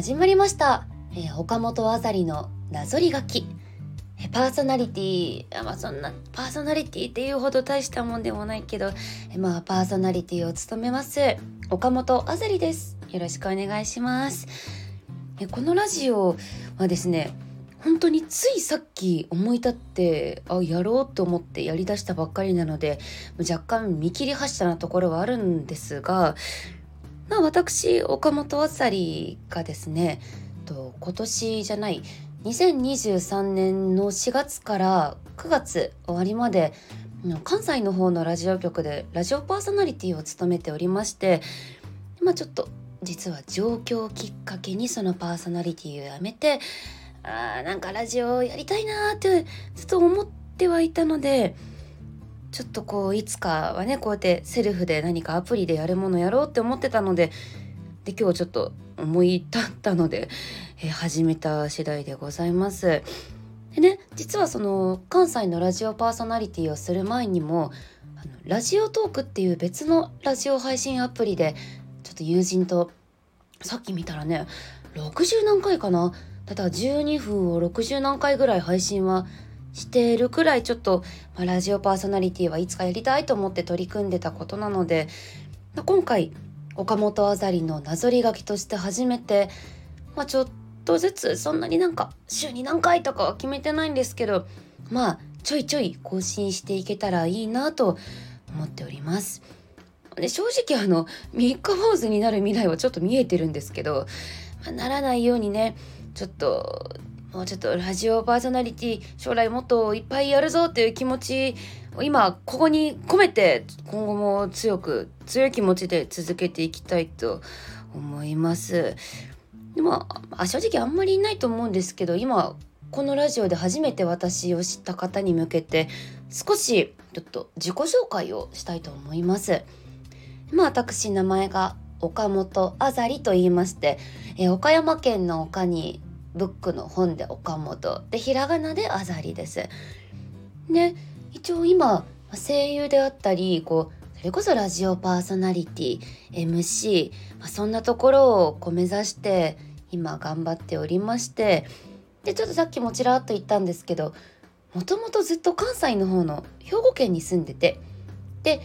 始まりました、岡本あざりのなぞり書き。パーソナリティ、そんなパーソナリティっていうほど大したもんでもないけど、パーソナリティを務めます岡本あざりです。よろしくお願いします。このラジオはですね、本当についさっき思い立ってやろうと思ってやりだしたばっかりなので、若干見切り発車なところはあるんですが、私岡本あざりがですね、今年じゃない2023年の4月から9月終わりまで関西の方のラジオ局でラジオパーソナリティを務めておりまして、ちょっと実は上京をきっかけにそのパーソナリティをやめて、なんかラジオやりたいなってずっと思ってはいたので、ちょっといつかはね、こうやってセルフで何かアプリでやるものやろうって思ってたので、今日ちょっと思い立ったので、始めた次第でございます。でね、実はその関西のラジオパーソナリティをする前にもラジオトークっていう別のラジオ配信アプリでちょっと友人とさっき見たらね、60何回かな、ただ12分を60何回ぐらい配信はしているくらい、ちょっと、ラジオパーソナリティはいつかやりたいと思って取り組んでたことなので、今回岡本あざりのなぞり書きとして始めて、ちょっとずつ、そんなに週に何回とかは決めてないんですけど、ちょいちょい更新していけたらいいなと思っております。で、正直3日坊主になる未来はちょっと見えてるんですけど、ならないようにね、もうちょっとラジオパーソナリティ将来もっといっぱいやるぞっていう気持ちを今ここに込めて、今後も強い気持ちで続けていきたいと思います。でも正直あんまりいないと思うんですけど、今このラジオで初めて私を知った方に向けて少しちょっと自己紹介をしたいと思います。私名前が岡本あざりと言いまして、岡山県の岡にブックの本で岡本で、ひらがなであざりです。ね、一応今声優であったり、それこそラジオパーソナリティ MC、そんなところを目指して今頑張っておりまして、でちょっとさっきもちらっと言ったんですけど、もともとずっと関西の方の兵庫県に住んでて、で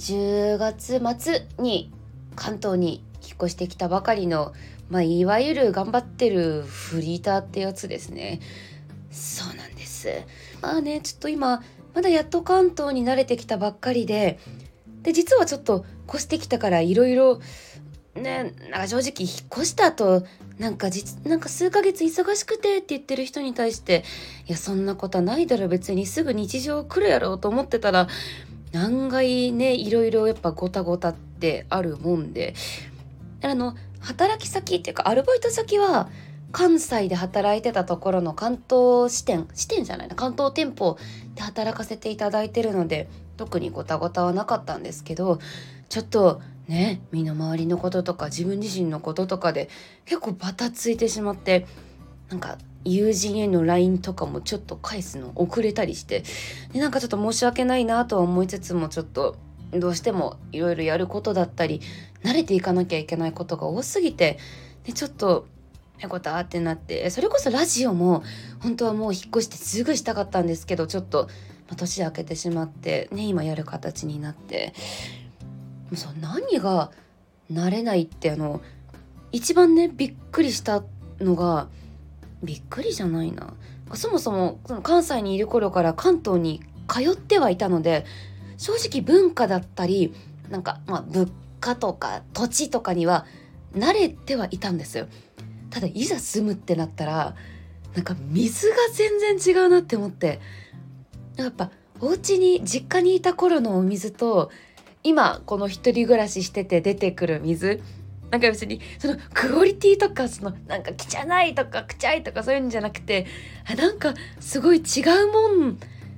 10月末に関東に引っ越してきたばかりの、いわゆる頑張ってるフリーターってやつですね。そうなんです。ちょっと今まだやっと関東に慣れてきたばっかりで、実はちょっと越してきたからいろいろね、正直引っ越した後数ヶ月忙しくてって言ってる人に対して、いやそんなことはないだろ、別にすぐ日常来るやろうと思ってたら、案外ね、いろいろやっぱごたごたってあるもんで、働き先っていうかアルバイト先は関西で働いてたところの関東支店じゃないな、関東店舗で働かせていただいてるので、特にごたごたはなかったんですけど、ちょっとね、身の回りのこととか自分自身のこととかで結構バタついてしまって、友人への LINE とかもちょっと返すの遅れたりして、でちょっと申し訳ないなとは思いつつも、ちょっとどうしてもいろいろやることだったり慣れていかなきゃいけないことが多すぎて、でちょっとごたってなって、それこそラジオも本当はもう引っ越してすぐしたかったんですけど、ちょっと年明けてしまってね、今やる形になって、何が慣れないって、一番ねびっくりしたのが、びっくりじゃないな、そもそも関西にいる頃から関東に通ってはいたので、正直文化だったり物価とか土地とかには慣れてはいたんですよ。ただいざ住むってなったら、水が全然違うなって思って、やっぱお家に実家にいた頃のお水と今この一人暮らししてて出てくる水、別にそのクオリティとか汚いとかくちゃいとかそういうんじゃなくて、すごい違う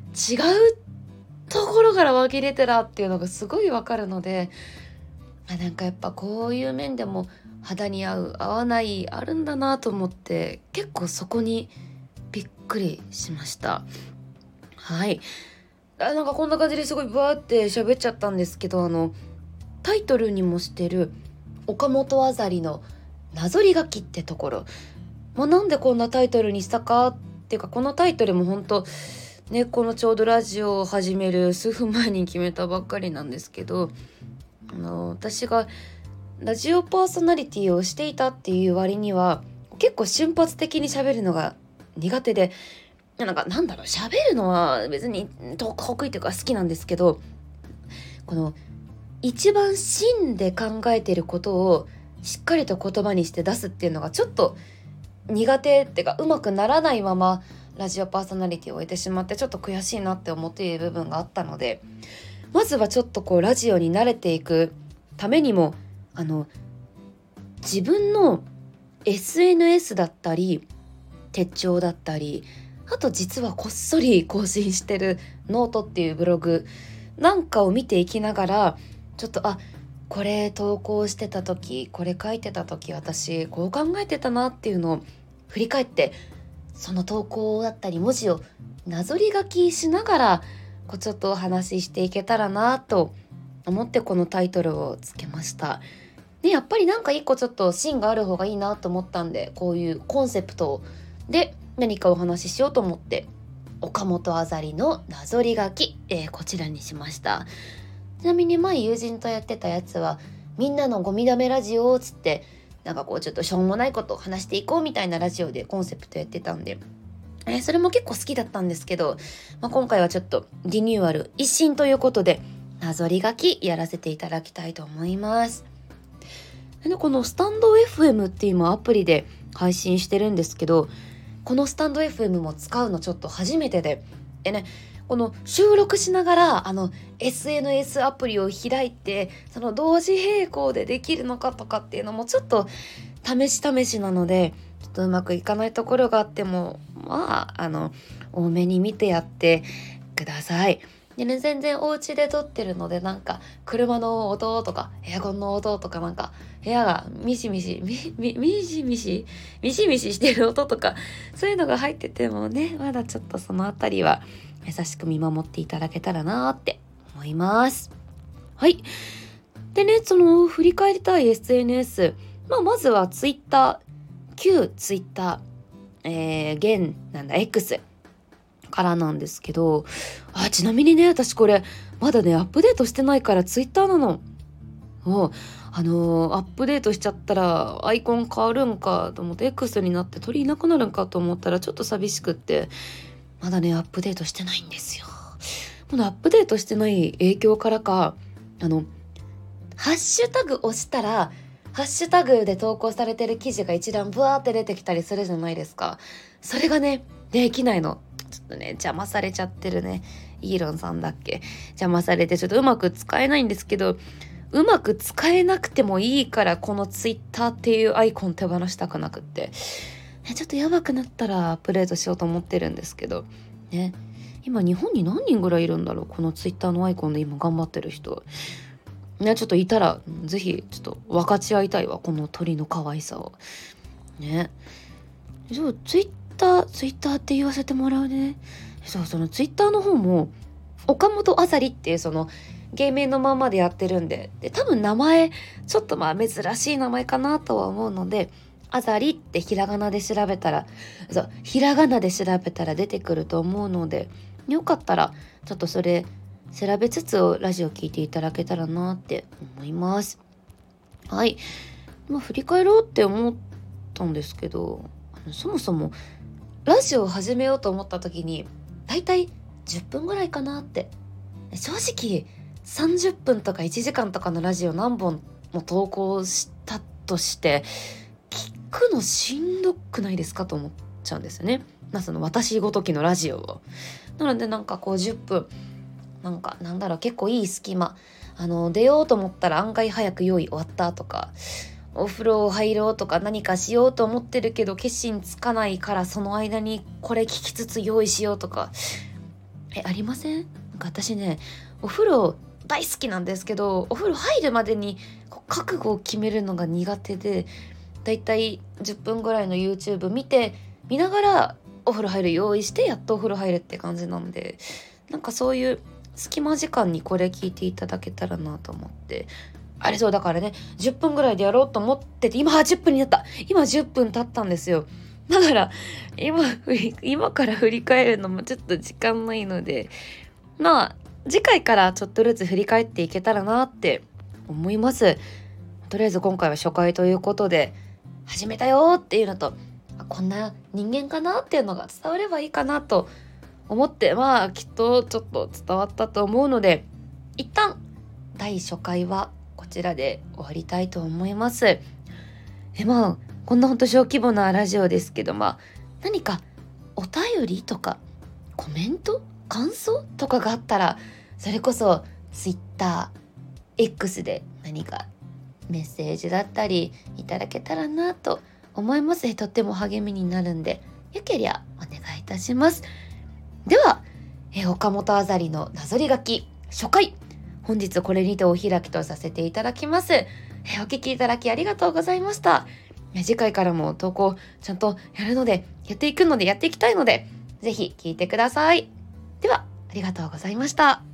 ところから湧き出てらっていうのがすごいわかるので、やっぱこういう面でも肌に合う合わないあるんだなと思って、結構そこにびっくりしました。はい。こんな感じですごいバーって喋っちゃったんですけど、タイトルにもしてる岡本あざりのなぞり書きってところ、なんでこんなタイトルにしたかっていうか、このタイトルも本当ね、このちょうどラジオを始める数分前に決めたばっかりなんですけど、私がラジオパーソナリティをしていたっていう割には結構瞬発的に喋るのが苦手で、喋るのは別に得意というか好きなんですけど、この一番芯で考えていることをしっかりと言葉にして出すっていうのがちょっと苦手っていうか、うまくならないままラジオパーソナリティを終えてしまって、ちょっと悔しいなって思っている部分があったので、まずはちょっとラジオに慣れていくためにも自分の SNS だったり手帳だったり、あと実はこっそり更新してるノートっていうブログなんかを見ていきながら、ちょっとこれ投稿してた時、これ書いてた時、私こう考えてたなっていうのを振り返って、その投稿だったり文字をなぞり書きしながらちょっとお話ししていけたらなと思ってこのタイトルをつけました。でやっぱり一個ちょっと芯がある方がいいなと思ったんで、こういうコンセプトで何かお話ししようと思って、岡本あざりのなぞり書き、こちらにしました。ちなみに前友人とやってたやつは、みんなのゴミだめラジオつってちょっとしょうもないことを話していこうみたいなラジオでコンセプトやってたんで、それも結構好きだったんですけど、今回はちょっとリニューアル一新ということで、なぞり書きやらせていただきたいと思います。でこのスタンド FM っていうアプリで配信してるんですけど、このスタンド FM も使うのちょっと初めてで、この収録しながらSNS アプリを開いて、その同時並行でできるのかとかっていうのもちょっと試しなので、ちょっとうまくいかないところがあっても多めに見てやってください。でね、全然お家で撮ってるので、車の音とかエアコンの音とか、部屋がミシミシしてる音とか、そういうのが入っててもね、まだちょっとそのあたりは優しく見守っていただけたらなって思います。はい。でね、その振り返りたい SNS、まずはツイッター、旧ツイッター、現Xからなんですけど、ちなみにね、私これまだねアップデートしてないからツイッターなの。アップデートしちゃったらアイコン変わるんかと思って、 X になって鳥いなくなるんかと思ったらちょっと寂しくって、まだねアップデートしてないんですよ。このアップデートしてない影響からか、ハッシュタグ押したらハッシュタグで投稿されてる記事が一覧ブワーって出てきたりするじゃないですか。それがねできないの。ちょっとね邪魔されちゃってるね。イーロンさんだっけ、邪魔されてちょっとうまく使えないんですけど、うまく使えなくてもいいからこのツイッターっていうアイコン手放したくなくって、ちょっとやばくなったらアップデートしようと思ってるんですけどね。今日本に何人ぐらいいるんだろう、このツイッターのアイコンで今頑張ってる人ね。ちょっといたらぜひちょっと分かち合いたいわ、この鳥の可愛さをね。ツイッターって言わせてもらうね。そのツイッターの方も岡本あざりっていうその芸名のままでやってるんで、多分名前ちょっと珍しい名前かなとは思うので、あざりってひらがなで調べたら出てくると思うので、よかったらちょっとそれ調べつつラジオ聞いていただけたらなって思います。はい。振り返ろうって思ったんですけど、そもそもラジオを始めようと思った時にだいたい10分ぐらいかなって、正直30分とか1時間とかのラジオ何本も投稿したとして聞くのしんどくないですかと思っちゃうんですよね。その私ごときのラジオを。なので10分結構いい隙間、出ようと思ったら案外早く用意終わったとか、お風呂入ろうとか何かしようと思ってるけど決心つかないから、その間にこれ聞きつつ用意しようとかありません？私ねお風呂大好きなんですけど、お風呂入るまでに覚悟を決めるのが苦手で、だいたい10分ぐらいの YouTube 見ながらお風呂入る用意してやっとお風呂入るって感じなんで、そういう隙間時間にこれ聞いていただけたらなと思って、 あれそうだからね、10分ぐらいでやろうと思ってて、今10分になった。今10分経ったんですよ。だから、今から振り返るのもちょっと時間ないので、まあ、次回からちょっとずつ振り返っていけたらなって思います。とりあえず今回は初回ということで、始めたよっていうのと、こんな人間かなっていうのが伝わればいいかなと思って、まあきっとちょっと伝わったと思うので、一旦第初回はこちらで終わりたいと思います。まあこんなほんと小規模なラジオですけど、まあ何かお便りとかコメント感想とかがあったら、それこそ Twitter、X で何かメッセージだったりいただけたらなと思います。とっても励みになるんで、よけりゃお願いいたします。では、岡本あざりのなぞり書き初回、本日これにてお開きとさせていただきます。お聞きいただきありがとうございました。次回からも投稿ちゃんとやっていきたいので、ぜひ聞いてください。では、ありがとうございました。